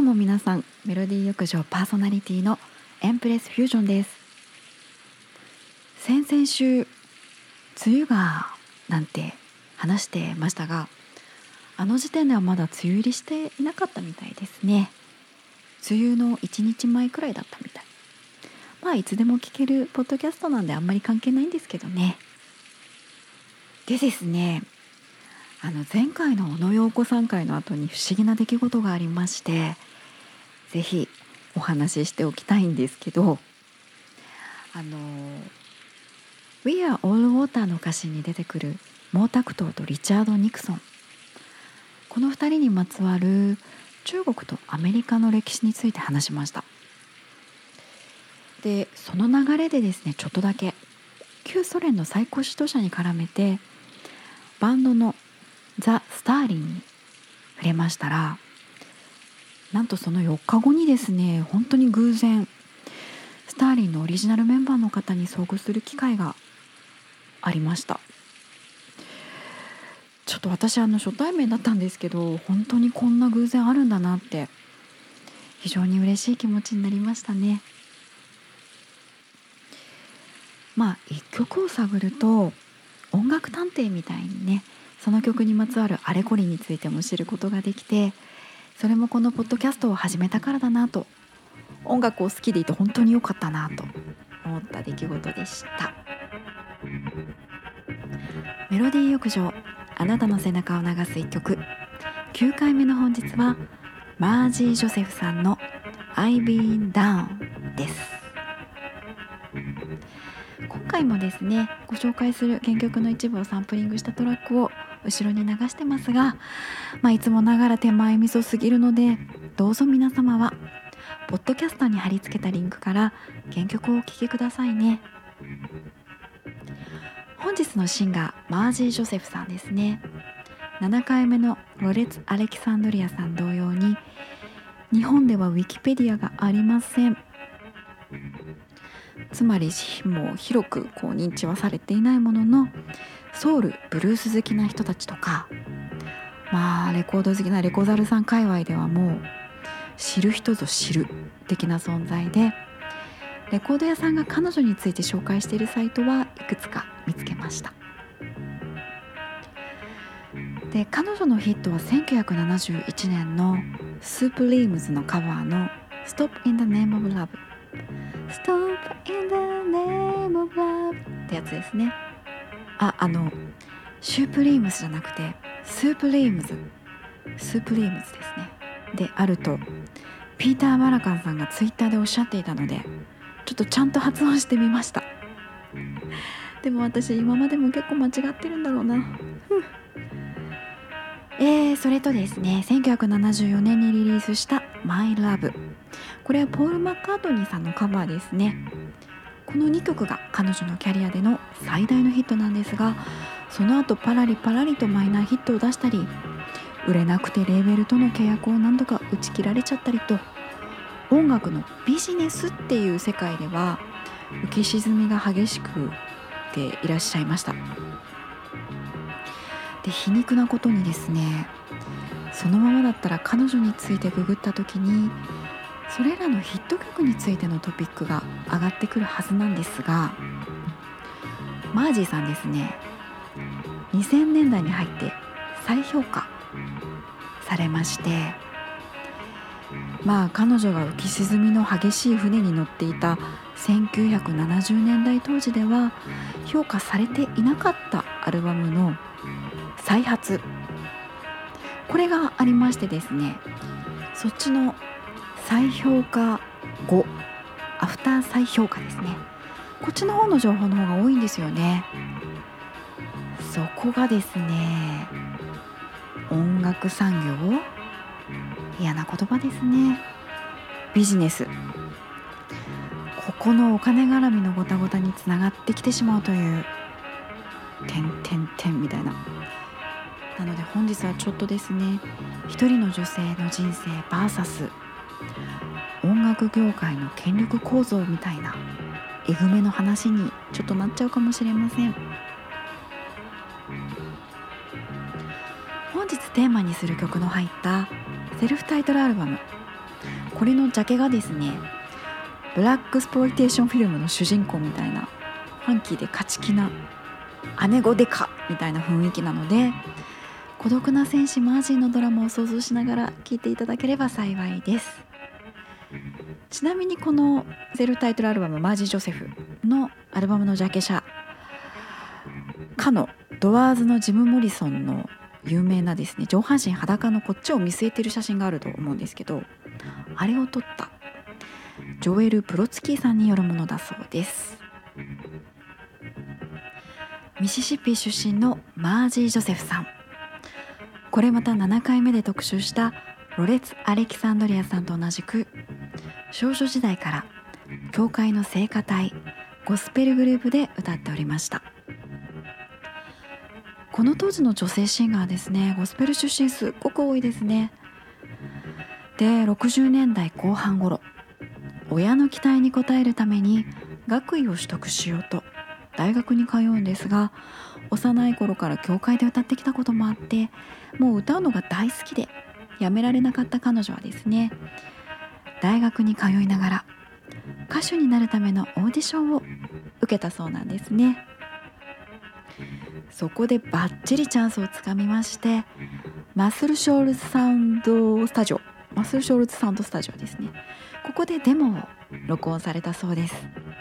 も皆さん、メロディー浴場パーソナリティのエンプレスフュージョンです。先々週梅雨がなんて話してましたが、あの時点ではまだ梅雨入りしていなかったみたいですね。梅雨の1日前くらいだったみたい。いつでも聞けるポッドキャストなんであんまり関係ないんですけどね。でですね、前回の小野陽子さん会の後に不思議な出来事がありまして、ぜひお話ししておきたいんですけど、We Are All Water の歌詞に出てくる毛沢東とリチャード・ニクソン、この2人にまつわる中国とアメリカの歴史について話しました。でその流れでですね、ちょっとだけ旧ソ連の最高指導者に絡めてバンドのザ・スターリンに触れましたら、なんとその4日後にですね、本当に偶然スターリンのオリジナルメンバーの方に遭遇する機会がありました。ちょっと私初対面だったんですけど、本当にこんな偶然あるんだなって非常に嬉しい気持ちになりましたね。一曲を探ると音楽探偵みたいにね、その曲にまつわるあれこれについても知ることができて、それもこのポッドキャストを始めたからだなと、音楽を好きでいて本当に良かったなと思った出来事でした。メロディー浴場、あなたの背中を流す一曲、9回目の本日はマージー・ジョセフさんの I've Been Down です。今回もですね、ご紹介する原曲の一部をサンプリングしたトラックを後ろに流してますが、いつもながら手前味噌すぎるので、どうぞ皆様はポッドキャストに貼り付けたリンクから原曲をお聴きくださいね。本日のシンガーマージー・ジョセフさんですね。7回目のロレツ・アレキサンドリアさん同様に、日本ではウィキペディアがありません。つまりもう広く認知はされていないものの、ソウルブルース好きな人たちとか、レコード好きなレコザルさん界隈ではもう知る人ぞ知る的な存在で、レコード屋さんが彼女について紹介しているサイトはいくつか見つけました。で彼女のヒットは1971年のスープリームズのカバーの Stop in the Name of Love Stop in the Name of Love ってやつですね。シュープリームスじゃなくてスープリームズですね。であるとピーター・バラカンさんがツイッターでおっしゃっていたので、ちょっとちゃんと発音してみました。でも私今までも結構間違ってるんだろうな。それとですね、1974年にリリースした My Love、 これはポール・マッカートニーさんのカバーですね。この2曲が彼女のキャリアでの最大のヒットなんですが、その後パラリとマイナーヒットを出したり、売れなくてレーベルとの契約を何度か打ち切られちゃったりと、音楽のビジネスっていう世界では浮き沈みが激しくていらっしゃいました。で皮肉なことにですね、そのままだったら彼女についてググった時にそれらのヒット曲についてのトピックが上がってくるはずなんですが、マージーさんですね、2000年代に入って再評価されまして、彼女が浮き沈みの激しい船に乗っていた1970年代当時では評価されていなかったアルバムの再発、これがありましてですね、そっちの再評価後、アフター再評価ですね、こっちの方の情報の方が多いんですよね。そこがですね、音楽産業、嫌な言葉ですね、ビジネス、ここのお金絡みのごたごたにつながってきてしまうというみたいな。なので本日はちょっとですね、一人の女性の人生 VS 音楽業界の権力構造みたいなえぐめの話にちょっとなっちゃうかもしれません。本日テーマにする曲の入ったセルフタイトルアルバムこれのジャケがですね、ブラックスプロイテーションフィルムの主人公みたいなファンキーで勝ち気な姉御デカみたいな雰囲気なので、孤独な戦士マージーのドラマを想像しながら聴いていただければ幸いです。ちなみにこのセルフタイトルアルバムマージー・ジョセフのアルバムのジャケ写、かのドワーズのジム・モリソンの有名なですね、上半身裸のこっちを見据えてる写真があると思うんですけど、あれを撮ったジョエル・プロツキーさんによるものだそうです。ミシシッピ出身のマージー・ジョセフさん、これまた7回目で特集したロレツ・アレキサンドリアさんと同じく、少女時代から教会の聖歌隊ゴスペルグループで歌っておりました。この当時の女性シンガーですね、ゴスペル出身すっごく多いですね。で、60年代後半頃、親の期待に応えるために学位を取得しようと大学に通うんですが、幼い頃から教会で歌ってきたこともあって、もう歌うのが大好きでやめられなかった彼女はですね、大学に通いながら歌手になるためのオーディションを受けたそうなんですね。そこでバッチリチャンスをつかみまして、マッスルショールズサウンドスタジオですね、ここでデモを録音されたそうです。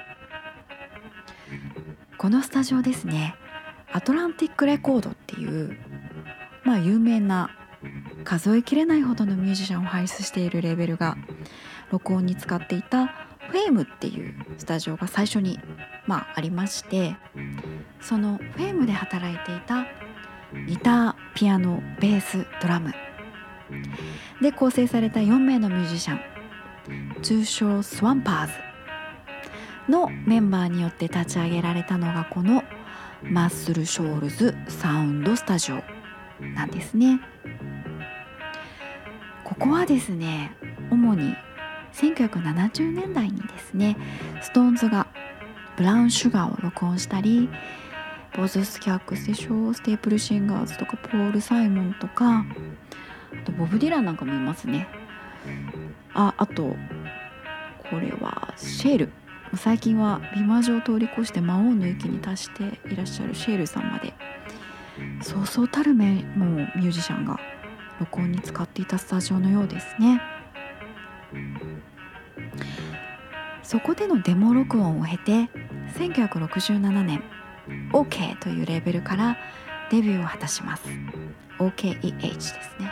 このスタジオですね、アトランティックレコードっていう、有名な数えきれないほどのミュージシャンを輩出しているレーベルが録音に使っていたフェームっていうスタジオが最初にありまして、そのフェームで働いていたギター、ピアノ、ベース、ドラムで構成された4名のミュージシャン、通称スワンパーズのメンバーによって立ち上げられたのがこのマッスルショールズサウンドスタジオなんですね。ここはですね、主に1970年代にですね、ストーンズがブラウンシュガーを録音したり、ボズスキャックスでしょ、ステープルシンガーズとかポール・サイモンとか、あとボブ・ディランなんかもいますね。あとこれはシェール、最近は美魔女を通り越して魔王の域に達していらっしゃるシェールさんまで、そうそうたる名のミュージシャンが録音に使っていたスタジオのようですね。そこでのデモ録音を経て1967年 OK というレーベルからデビューを果たします。 OKEH ですね。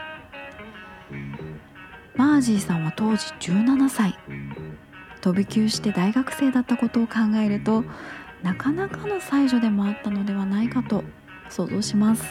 マージーさんは当時17歳、飛び級して大学生だったことを考えると、なかなかの才女でもあったのではないかと想像します。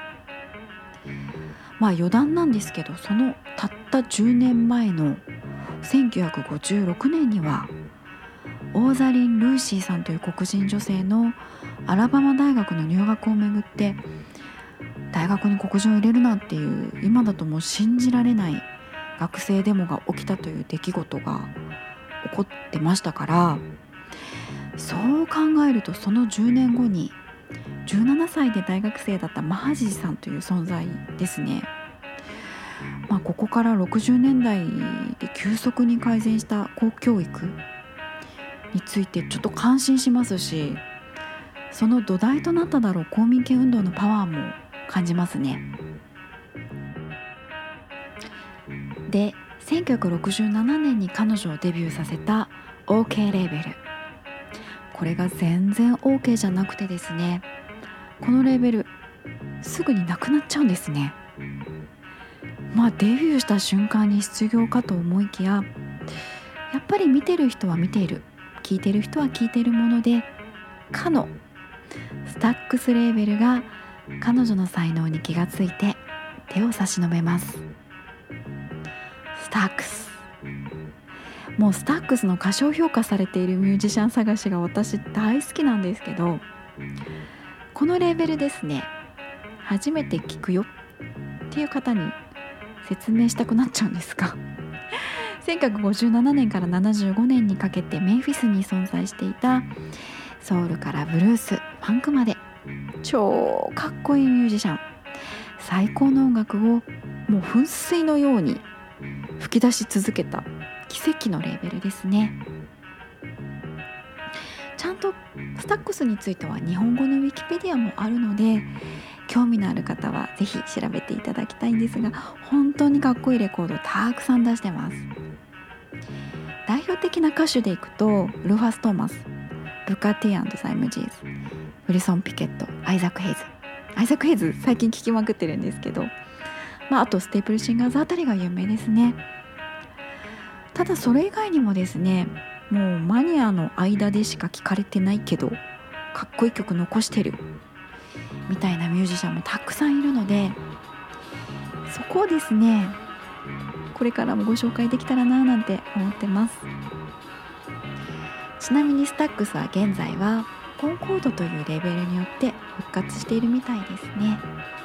余談なんですけど、そのたった10年前の1956年にはオーザリン・ルーシーさんという黒人女性のアラバマ大学の入学をめぐって、大学に黒人を入れるなんていう今だともう信じられない学生デモが起きたという出来事が起こってましたから、そう考えるとその10年後に17歳で大学生だったマージーさんという存在ですね。ここから60年代で急速に改善した公教育についてちょっと感心しますし、その土台となっただろう公民権運動のパワーも感じますね。で、1967年に彼女をデビューさせた OK レーベル、これが全然 OK じゃなくてですね、このレーベルすぐになくなっちゃうんですね。デビューした瞬間に失業かと思いきや、やっぱり見てる人は見ている、聞いてる人は聞いているもので、かのスタックスレーベルが彼女の才能に気がついて手を差し伸べます。スタックス、もうスタックスの過小評価されているミュージシャン探しが私大好きなんですけど、このレーベルですね、初めて聞くよっていう方に説明したくなっちゃうんですが、1957年から75年にかけてメンフィスに存在していたソウルからブルース、ファンクまで超かっこいいミュージシャン、最高の音楽をもう噴水のように吹き出し続けた奇跡のレーベルですね。ちゃんとスタックスについては日本語のウィキペディアもあるので、興味のある方はぜひ調べていただきたいんですが、本当にかっこいいレコードをたくさん出してます。代表的な歌手でいくとルーファス・トーマス、ブカー・ティサイム・ジーズ、ウィルソン・ピケット、アイザック・ヘイズ最近聴きまくってるんですけど、あとステープルシンガーズあたりが有名ですね。ただそれ以外にもですね、もうマニアの間でしか聴かれてないけどかっこいい曲残してるみたいなミュージシャンもたくさんいるので、そこをですねこれからもご紹介できたらななんて思ってます。ちなみにスタックスは現在はコンコードというレーベルによって復活しているみたいですね。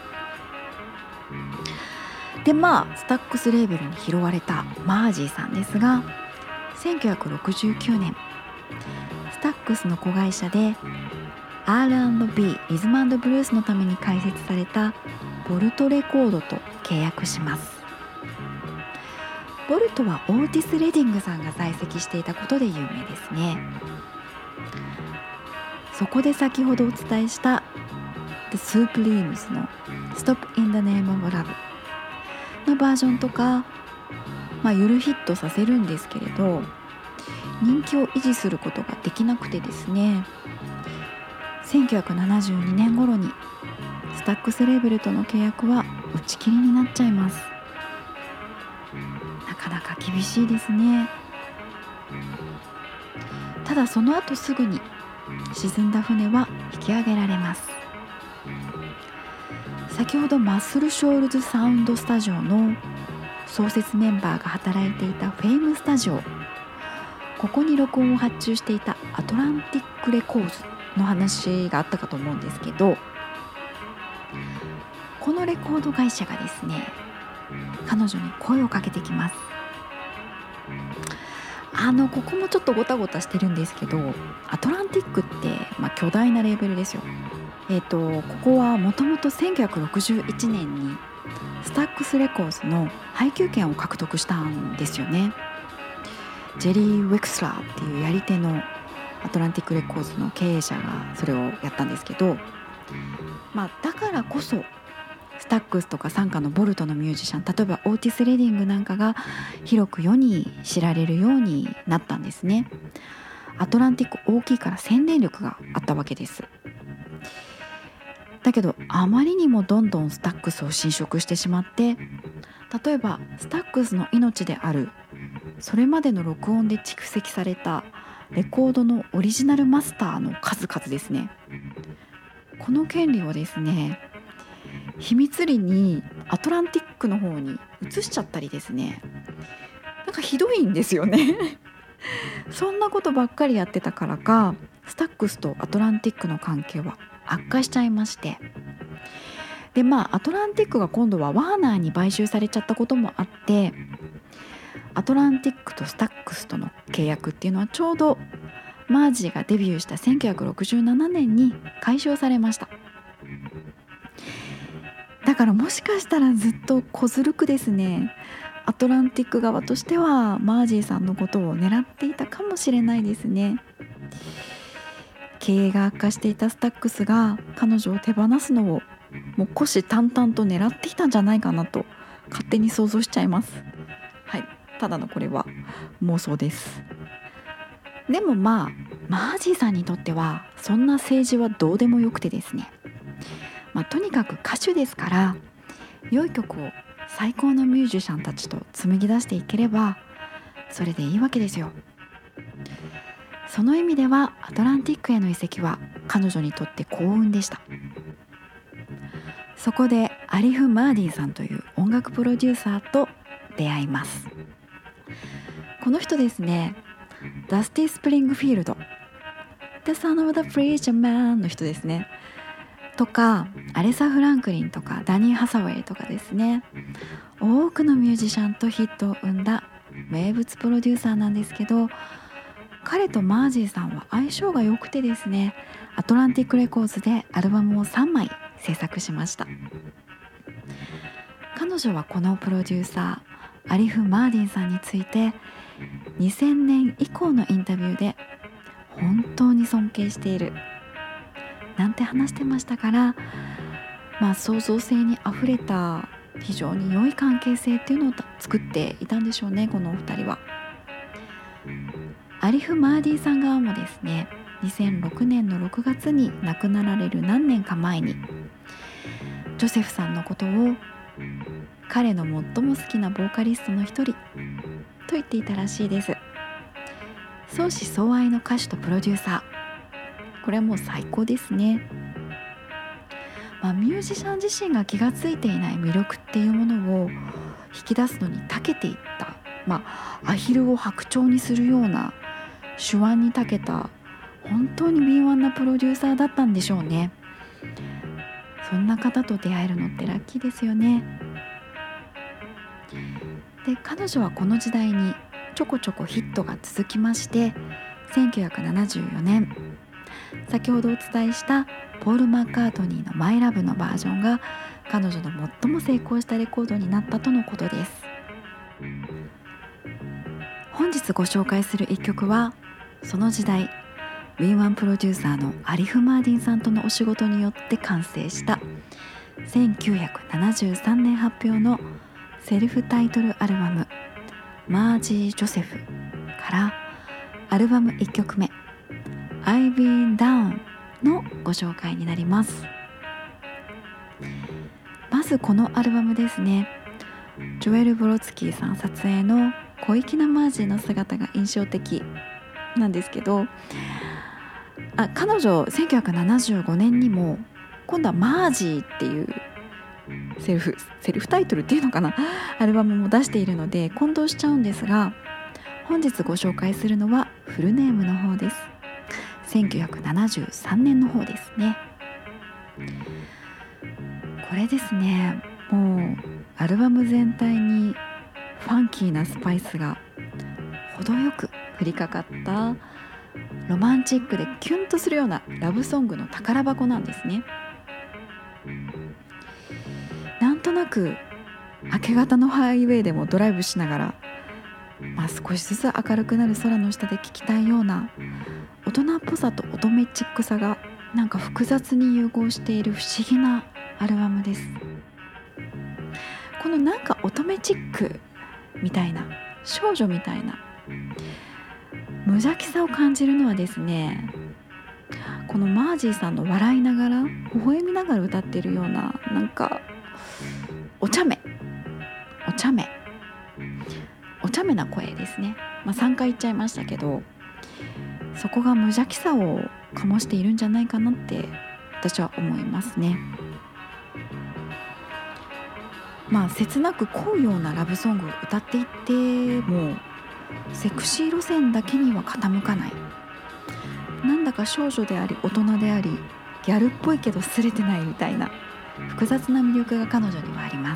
でスタックスレーベルに拾われたマージーさんですが、1969年スタックスの子会社で R&B リズム&ブルースのために開設されたボルトレコードと契約します。ボルトはオーティス・レディングさんが在籍していたことで有名ですね。そこで先ほどお伝えした The Supremes の Stop in the Name of Love のバージョンとか、ゆるヒットさせるんですけれど、人気を維持することができなくてですね、1972年頃にスタックスレーベルとの契約は打ち切りになっちゃいます。なかなか厳しいですね。ただその後すぐに沈んだ船は引き上げられます。先ほどマッスルショールズサウンドスタジオの創設メンバーが働いていたフェイムスタジオ、ここに録音を発注していたアトランティックレコーズの話があったかと思うんですけど、このレコード会社がですね彼女に声をかけてきます。ここもちょっとゴタゴタしてるんですけど、アトランティックって、巨大なレーベルですよ。ここはもともと1961年にスタックスレコーズの配給権を獲得したんですよね。ジェリー・ウェクスラーっていうやり手のアトランティックレコーズの経営者がそれをやったんですけど、だからこそスタックスとか傘下のボルトのミュージシャン、例えばオーティス・レディングなんかが広く世に知られるようになったんですね。アトランティック大きいから宣伝力があったわけです。だけどあまりにもどんどんスタックスを侵食してしまって、例えばスタックスの命であるそれまでの録音で蓄積されたレコードのオリジナルマスターの数々ですね、この権利をですね秘密裏にアトランティックの方に移しちゃったりですね、なんかひどいんですよねそんなことばっかりやってたからか、スタックスとアトランティックの関係は悪化しちゃいまして、でアトランティックが今度はワーナーに買収されちゃったこともあって、アトランティックとスタックスとの契約っていうのはちょうどマージーがデビューした1967年に解消されました。だからもしかしたらずっと小ずるくですね、アトランティック側としてはマージーさんのことを狙っていたかもしれないですね。経営が悪化していたスタックスが彼女を手放すのをもう虎視眈々と狙っていたんじゃないかなと勝手に想像しちゃいます。はい、ただのこれは妄想です。でもマージーさんにとってはそんな政治はどうでもよくてですね、とにかく歌手ですから良い曲を最高のミュージシャンたちと紡ぎ出していければそれでいいわけですよ。その意味ではアトランティックへの移籍は彼女にとって幸運でした。そこでアリフ・マーディンさんという音楽プロデューサーと出会います。この人ですね、ダスティ・スプリングフィールド The Son of the Preacher Man の人ですねとか、アレサ・フランクリンとかダニー・ハサウェイとかですね、多くのミュージシャンとヒットを生んだ名物プロデューサーなんですけど、彼とマージーさんは相性が良くてですね、アトランティックレコーズでアルバムを3枚制作しました。彼女はこのプロデューサーアリフ・マーディンさんについて 2000年以降のインタビューで本当に尊敬しているなんて話してましたから、創造性にあふれた非常に良い関係性っていうのを作っていたんでしょうね、このお二人は。アリフ・マーディさん側もですね、2006年の6月に亡くなられる何年か前にジョセフさんのことを彼の最も好きなボーカリストの一人と言っていたらしいです。相思相愛の歌手とプロデューサー、これはもう最高ですね。ミュージシャン自身が気がついていない魅力っていうものを引き出すのに長けていった、アヒルを白鳥にするような手腕に長けた本当に敏腕なプロデューサーだったんでしょうね。そんな方と出会えるのってラッキーですよね。で、彼女はこの時代にちょこちょこヒットが続きまして、1974年先ほどお伝えしたポール・マッカートニーのマイラブのバージョンが彼女の最も成功したレコードになったとのことです。本日ご紹介する一曲はその時代敏腕プロデューサーのアリフ・マーディンさんとのお仕事によって完成した1973年発表のセルフタイトルアルバムマージー・ジョセフからアルバム1曲目 I've Been Down のご紹介になります。まずこのアルバムですね、ジョエル・ブロツキーさん撮影の小粋なマージーの姿が印象的なんですけど、彼女1975年にも今度はマージーっていうセルフタイトルっていうのかな、アルバムも出しているので混同しちゃうんですが、本日ご紹介するのはフルネームの方です。1973年の方ですね。これですね、もうアルバム全体にファンキーなスパイスが程よく降りかかったロマンチックでキュンとするようなラブソングの宝箱なんですね。なんとなく明け方のハイウェイでもドライブしながら、少しずつ明るくなる空の下で聴きたいような大人っぽさと乙女チックさがなんか複雑に融合している不思議なアルバムです。このなんか乙女チックみたいな、少女みたいな無邪気さを感じるのはですね、このマージーさんの笑いながら微笑みながら歌っているような、なんかお茶目な声ですね。3回言っちゃいましたけど、そこが無邪気さを醸しているんじゃないかなって私は思いますね。切なく恋うようなラブソングを歌っていってもセクシー路線だけには傾かない、なんだか少女であり大人でありギャルっぽいけどすれてないみたいな複雑な魅力が彼女にはあります。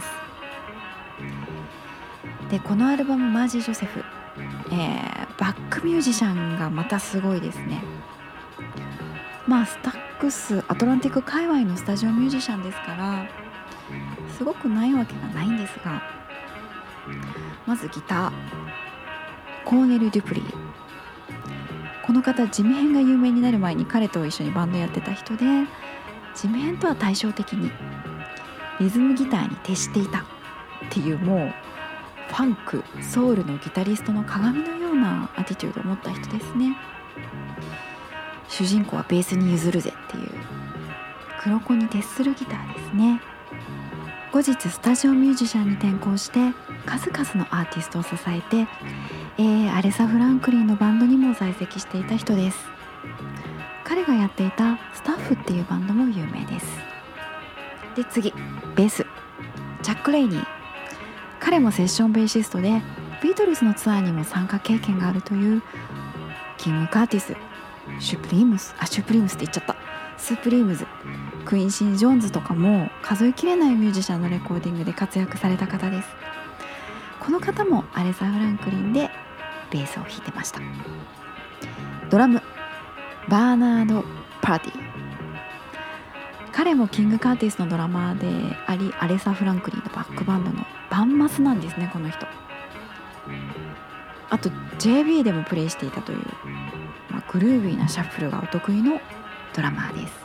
で、このアルバムマージー・ジョセフ、バックミュージシャンがまたすごいですね。スタックスアトランティック界隈のスタジオミュージシャンですからすごくないわけがないんですが、まずギターコーネル・デュプリー、この方地味編が有名になる前に彼と一緒にバンドやってた人で、地味編とは対照的にリズムギターに徹していたっていう、もうファンクソウルのギタリストの鏡のようなアティチュードを持った人ですね。主人公はベースに譲るぜっていう黒子に徹するギターですね。後日スタジオミュージシャンに転向して数々のアーティストを支えて、アレサ・フランクリンのバンドにも在籍していた人です。彼がやっていたスタッフっていうバンドも有名です。で、次ベースジャック・レイニー、彼もセッションベーシストでビートルズのツアーにも参加経験があるというキング・カーティス、シュプリームスって言っちゃった、スプリームズ、クインシー・ジョーンズとかも数えきれないミュージシャンのレコーディングで活躍された方です。この方もアレサ・フランクリンでベースを弾いてました。ドラムバーナード・パーティー、彼もキング・カーティスのドラマーでありアレサ・フランクリンのバックバンドのバンマスなんですね、この人。 あと JB でもプレイしていたという、グルービーなシャッフルがお得意のドラマーです。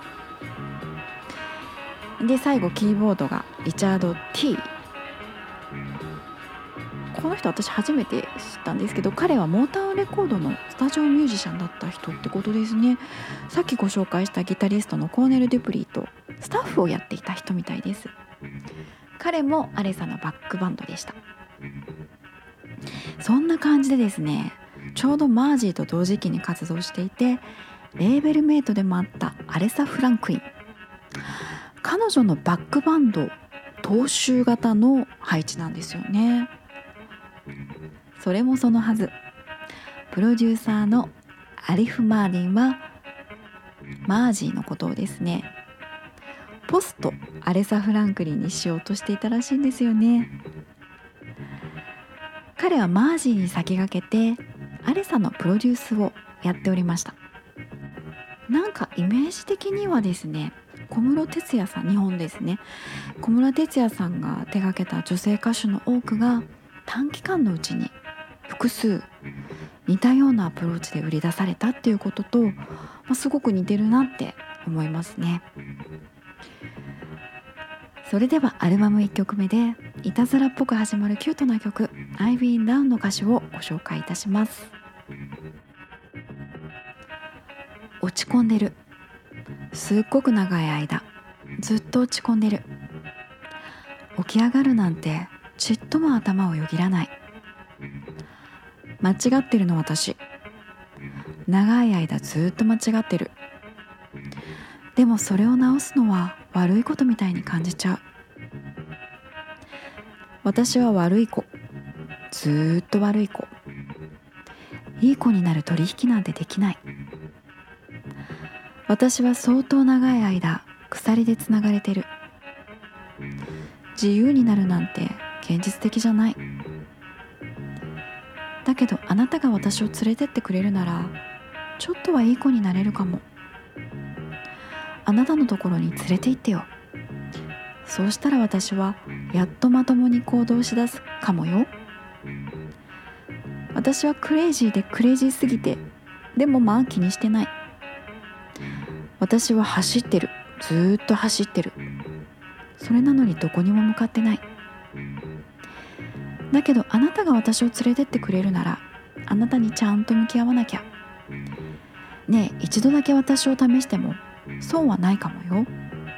で最後キーボードがリチャード T。 この人私初めて知ったんですけど、彼はモータウンレコードのスタジオミュージシャンだった人ってことですね。さっきご紹介したギタリストのコーネル・デュプリーとスタッフをやっていた人みたいです。彼もアレサのバックバンドでした。そんな感じでですね、ちょうどマージーと同時期に活動していて、レーベルメイトでもあったアレサ・フランクリン、彼女のバックバンド踏襲型の配置なんですよね。それもそのはず、プロデューサーのアリフ・マーディンはマージーのことをですね、ポストアレサ・フランクリンにしようとしていたらしいんですよね。彼はマージーに先駆けてアレサのプロデュースをやっておりました。なんかイメージ的にはですね、小室哲哉さん、日本ですね、小室哲哉さんが手掛けた女性歌手の多くが短期間のうちに複数似たようなアプローチで売り出されたっていうことと、すごく似てるなって思いますね。それではアルバム1曲目でいたずらっぽく始まるキュートな曲 I've Been Down の歌詞をご紹介いたします。落ち込んでる、すっごく長い間ずっと落ち込んでる、起き上がるなんてちっとも頭をよぎらない、間違ってるの私、長い間ずっと間違ってる、でもそれを直すのは悪いことみたいに感じちゃう、私は悪い子、ずっと悪い子、いい子になる取引なんてできない、私は相当長い間鎖でつながれてる、自由になるなんて現実的じゃない、だけどあなたが私を連れてってくれるならちょっとはいい子になれるかも、あなたのところに連れて行ってよ、そうしたら私はやっとまともに行動しだすかもよ、私はクレイジーでクレイジーすぎて、でもまあ気にしてない、私は走ってる、ずっと走ってる、それなのにどこにも向かってない、だけどあなたが私を連れてってくれるならあなたにちゃんと向き合わなきゃ、ねえ一度だけ私を試しても損はないかもよ。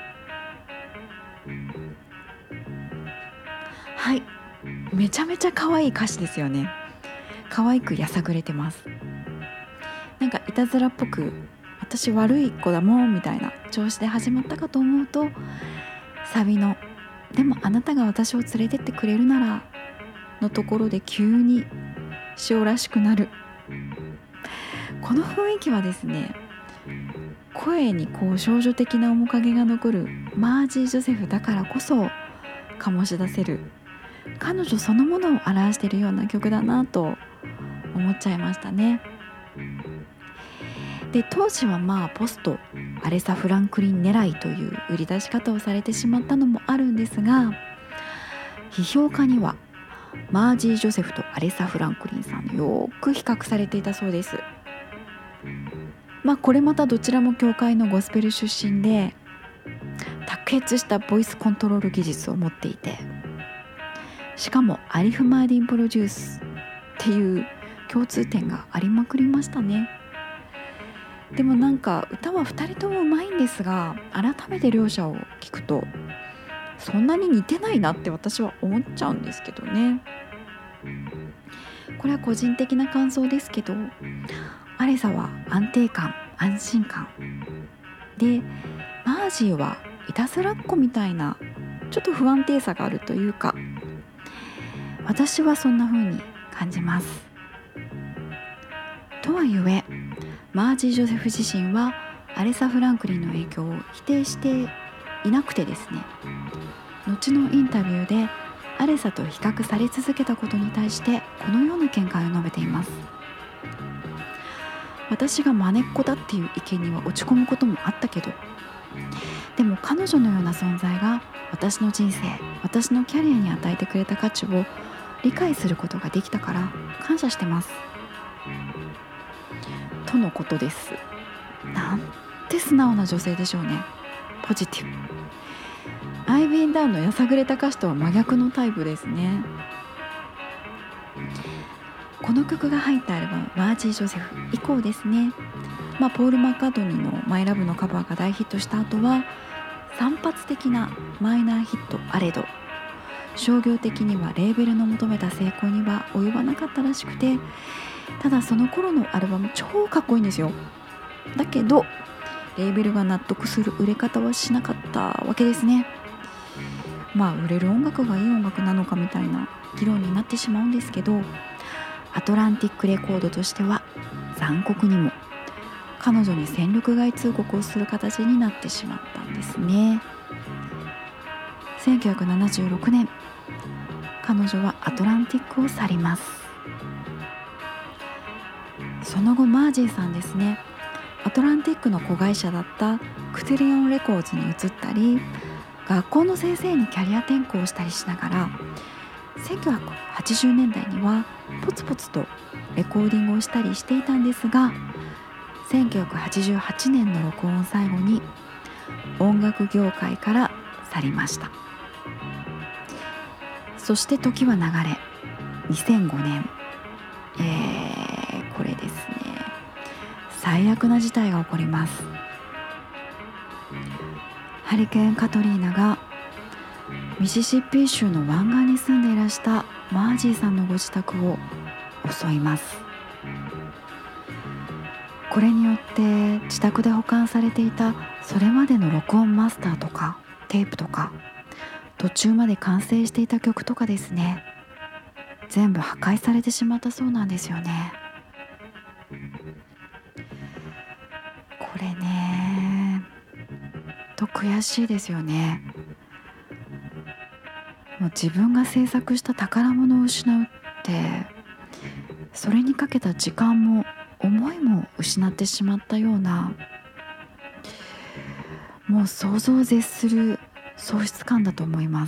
はい、めちゃめちゃ可愛い歌詞ですよね。可愛くやさぐれてます。なんかいたずらっぽく私悪い子だもんみたいな調子で始まったかと思うと、サビのでもあなたが私を連れてってくれるならのところで急に塩らしくなる。この雰囲気はですね、声にこう少女的な面影が残るマージー・ジョセフだからこそ醸し出せる彼女そのものを表しているような曲だなと思っちゃいましたね。で当時はポストアレサ・フランクリン狙いという売り出し方をされてしまったのもあるんですが、批評家にはマージー・ジョセフとアレサ・フランクリンさんよく比較されていたそうです。これまたどちらも教会のゴスペル出身で卓越したボイスコントロール技術を持っていて、しかもアリフ・マーディンプロデュースっていう共通点がありまくりましたね。でもなんか歌は2人ともうまいんですが、改めて両者を聞くとそんなに似てないなって私は思っちゃうんですけどね。これは個人的な感想ですけど、アレサは安定感、安心感で、マージーはいたずらっ子みたいなちょっと不安定さがあるというか、私はそんな風に感じます。とはいえマージー・ジョセフ自身はアレサ・フランクリンの影響を否定していなくてですね、後のインタビューでアレサと比較され続けたことに対してこのような見解を述べています。私がマネっ子だっていう意見には落ち込むこともあったけど、でも彼女のような存在が私の人生、私のキャリアに与えてくれた価値を理解することができたから感謝してますとのことです。なんて素直な女性でしょうね。ポジティブ。アイビーンダウンのやさぐれた歌詞とは真逆のタイプですね。この曲が入ったアルバムマージー・ジョセフ以降ですね、ポール・マッカートニーのマイラブのカバーが大ヒットした後は散発的なマイナーヒットあれど商業的にはレーベルの求めた成功には及ばなかったらしくて、ただその頃のアルバム超かっこいいんですよ。だけどレーベルが納得する売れ方はしなかったわけですね。売れる音楽がいい音楽なのかみたいな議論になってしまうんですけど、アトランティックレコードとしては残酷にも彼女に戦力外通告をする形になってしまったんですね。1976年彼女はアトランティックを去ります。その後マージーさんですね、アトランティックの子会社だったクテリオンレコーズに移ったり、学校の先生にキャリア転校したりしながら1980年代にはポツポツとレコーディングをしたりしていたんですが、1988年の録音を最後に音楽業界から去りました。そして時は流れ2005年、これですね、最悪な事態が起こります。ハリケーンカトリーナがミシシッピ州の湾岸に住んでいらしたマージーさんのご自宅を襲います。これによって自宅で保管されていたそれまでの録音マスターとかテープとか途中まで完成していた曲とかですね、全部破壊されてしまったそうなんですよね。これね悔しいですよね。もう自分が制作した宝物を失うって、それにかけた時間も思いも失ってしまったような、もう想像を絶する喪失感だと思います。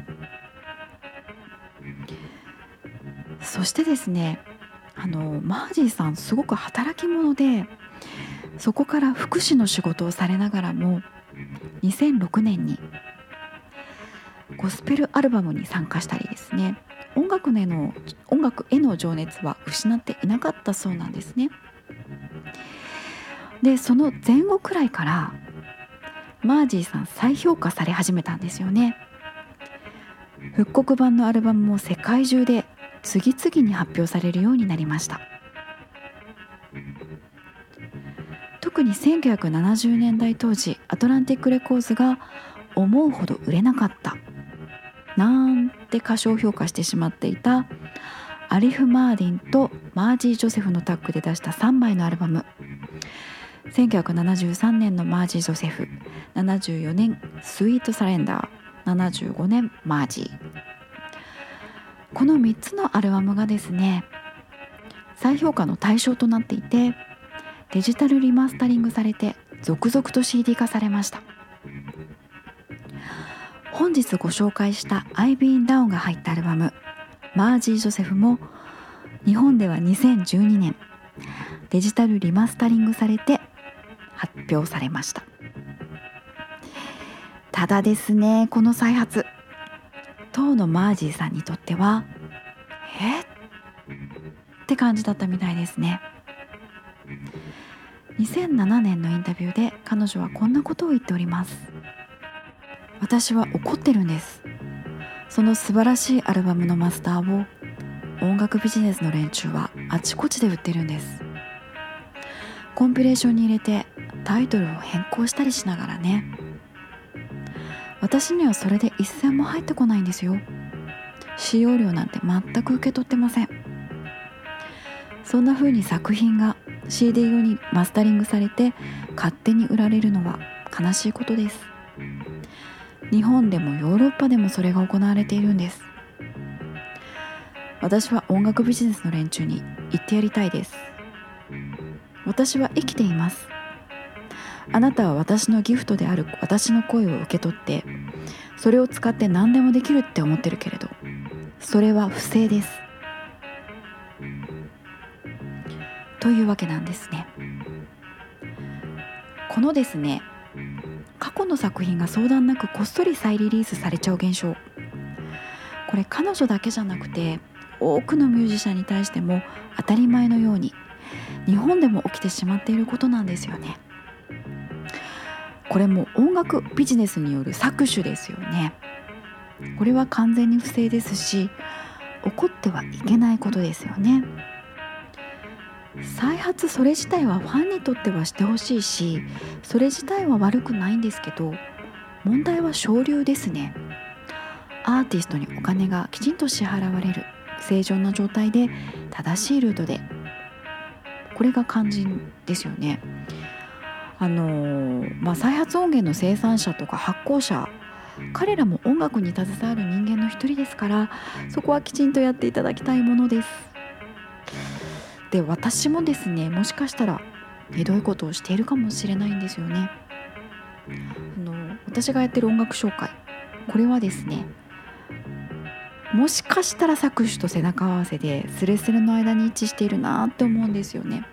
そしてですね、マージーさんすごく働き者で、そこから福祉の仕事をされながらも2006年にゴスペルアルバムに参加したりですね、音楽への情熱は失っていなかったそうなんですね。でその前後くらいからマージーさん再評価され始めたんですよね。復刻版のアルバムも世界中で次々に発表されるようになりました。特に1970年代当時アトランティックレコーズが思うほど売れなかったなんて過小評価してしまっていたアリフ・マーディンとマージー・ジョセフのタッグで出した3枚のアルバム、1973年のマージー・ジョセフ、74年スイート・サレンダー、75年マージー、この3つのアルバムがですね再評価の対象となっていて、デジタルリマスタリングされて続々と CD 化されました。本日ご紹介したアイビーンダウンが入ったアルバムマージー・ジョセフも日本では2012年デジタルリマスタリングされて発表されました。ただですね、この再発当のマージーさんにとってはって感じだったみたいですね。2007年のインタビューで彼女はこんなことを言っております。私は怒ってるんです。その素晴らしいアルバムのマスターを音楽ビジネスの連中はあちこちで売ってるんです。コンピレーションに入れてタイトルを変更したりしながらね。私にはそれで一銭も入ってこないんですよ。使用料なんて全く受け取ってません。そんな風に作品が CD 用にマスタリングされて勝手に売られるのは悲しいことです。日本でもヨーロッパでもそれが行われているんです。私は音楽ビジネスの連中に言ってやりたいです。私は生きています。あなたは私のギフトである私の声を受け取ってそれを使って何でもできるって思ってるけれど、 それは不正ですというわけなんですね。このですね、過去の作品が相談なくこっそり再リリースされちゃう現象、これ彼女だけじゃなくて多くのミュージシャンに対しても当たり前のように日本でも起きてしまっていることなんですよね。これも音楽ビジネスによる搾取ですよね。これは完全に不正ですし、起こってはいけないことですよね。再発それ自体はファンにとってはしてほしいし、それ自体は悪くないんですけど、問題は省流ですね。アーティストにお金がきちんと支払われる正常な状態で正しいルートで、これが肝心ですよね。再発音源の生産者とか発行者、彼らも音楽に携わる人間の一人ですから、そこはきちんとやっていただきたいものです。で、私もですね、もしかしたらひどいことをしているかもしれないんですよね。私がやってる音楽紹介、これはですね、もしかしたら搾取と背中合わせでスレスレの間に位置しているなって思うんですよね。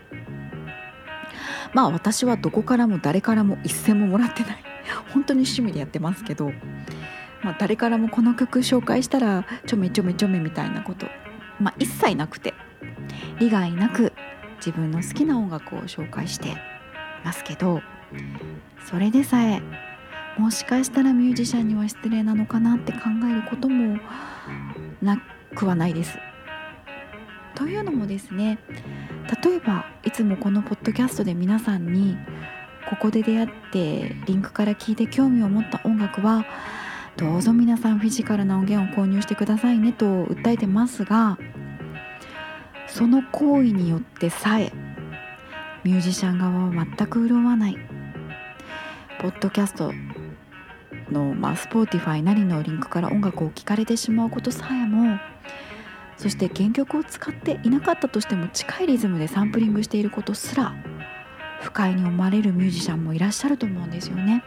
私はどこからも誰からも一銭ももらってない本当に趣味でやってますけど、誰からもこの曲紹介したらちょめちょめちょめみたいなこと、一切なくて、利害なく自分の好きな音楽を紹介してますけど、それでさえもしかしたらミュージシャンには失礼なのかなって考えることもなくはないです。というのもですね、例えばいつもこのポッドキャストで皆さんにここで出会ってリンクから聞いて興味を持った音楽はどうぞ皆さんフィジカルな音源を購入してくださいねと訴えてますが、その行為によってさえミュージシャン側は全く潤わない。ポッドキャストの、Spotify なりのリンクから音楽を聴かれてしまうことさえも、そして原曲を使っていなかったとしても近いリズムでサンプリングしていることすら不快に思われるミュージシャンもいらっしゃると思うんですよね。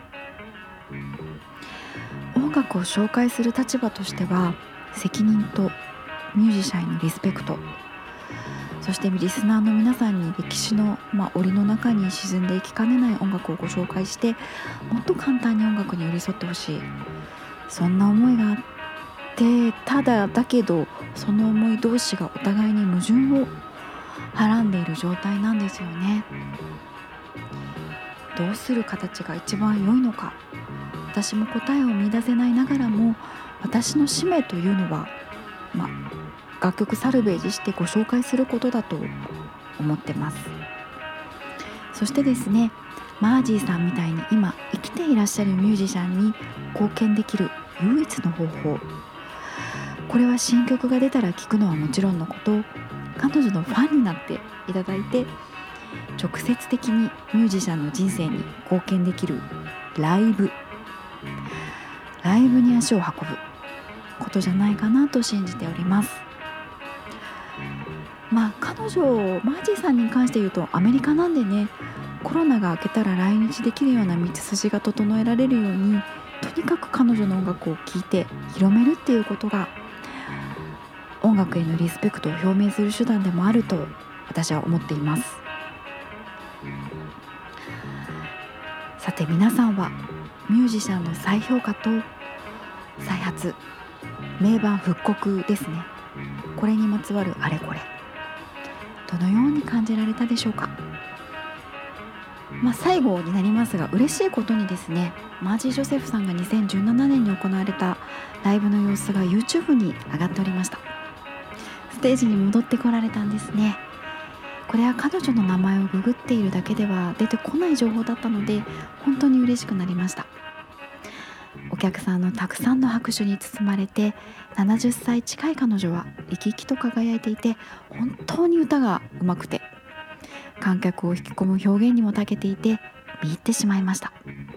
音楽を紹介する立場としては、責任とミュージシャンへのリスペクト、そしてリスナーの皆さんに歴史の、檻の中に沈んでいきかねない音楽をご紹介して、もっと簡単に音楽に寄り添ってほしい、そんな思いがあって、だけどその思い同士がお互いに矛盾をはらんでいる状態なんですよね。どうする形が一番良いのか、私も答えを見出せないながらも、私の使命というのは、楽曲サルベージしてご紹介することだと思ってます。そしてですね、マージーさんみたいに今生きていらっしゃるミュージシャンに貢献できる唯一の方法、これは新曲が出たら聴くのはもちろんのこと、彼女のファンになっていただいて直接的にミュージシャンの人生に貢献できるライブに足を運ぶことじゃないかなと信じております。彼女マージーさんに関して言うと、アメリカなんでね、コロナが明けたら来日できるような道筋が整えられるように、とにかく彼女の音楽を聴いて広めるっていうことが音楽へのリスペクトを表明する手段でもあると私は思っています。さて皆さんはミュージシャンの再評価と再発、名盤復刻ですね、これにまつわるあれこれ、どのように感じられたでしょうか。最後になりますが、嬉しいことにですね、マージー・ジョセフさんが2017年に行われたライブの様子が YouTube に上がっておりました。ステージに戻ってこられたんですね。これは彼女の名前をググっているだけでは出てこない情報だったので、本当に嬉しくなりました。お客さんのたくさんの拍手に包まれて、70歳近い彼女は生き生きと輝いていて、本当に歌がうまくて観客を引き込む表現にも長けていて見入ってしまいました。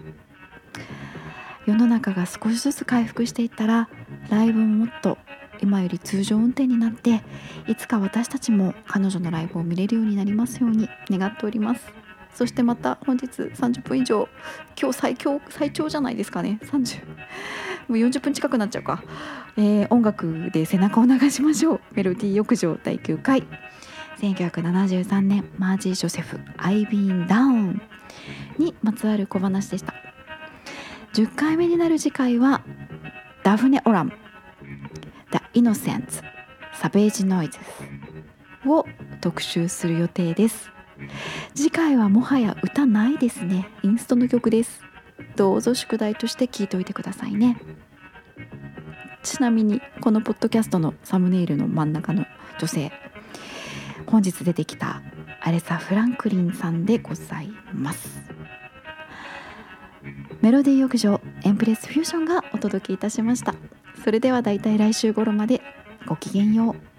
世の中が少しずつ回復していったら、ライブももっと今より通常運転になって、いつか私たちも彼女のライブを見れるようになりますように願っております。そしてまた本日30分以上、今日最長じゃないですかね、30 もう40分近くなっちゃうか。音楽で背中を流しましょう。メロディー浴場第9回、1973年マージー・ジョセフ I've Been Down にまつわる小話でした。10回目になる次回はダフネ・オラム The Innocents Savage Noises を特集する予定です。次回はもはや歌ないですね。インストの曲です。どうぞ宿題として聞いておいてくださいね。ちなみにこのポッドキャストのサムネイルの真ん中の女性、本日出てきたアレサ・フランクリンさんでございます。メロディー浴場エンプレスフュージョンがお届けいたしました。それではだいたい来週頃までごきげんよう。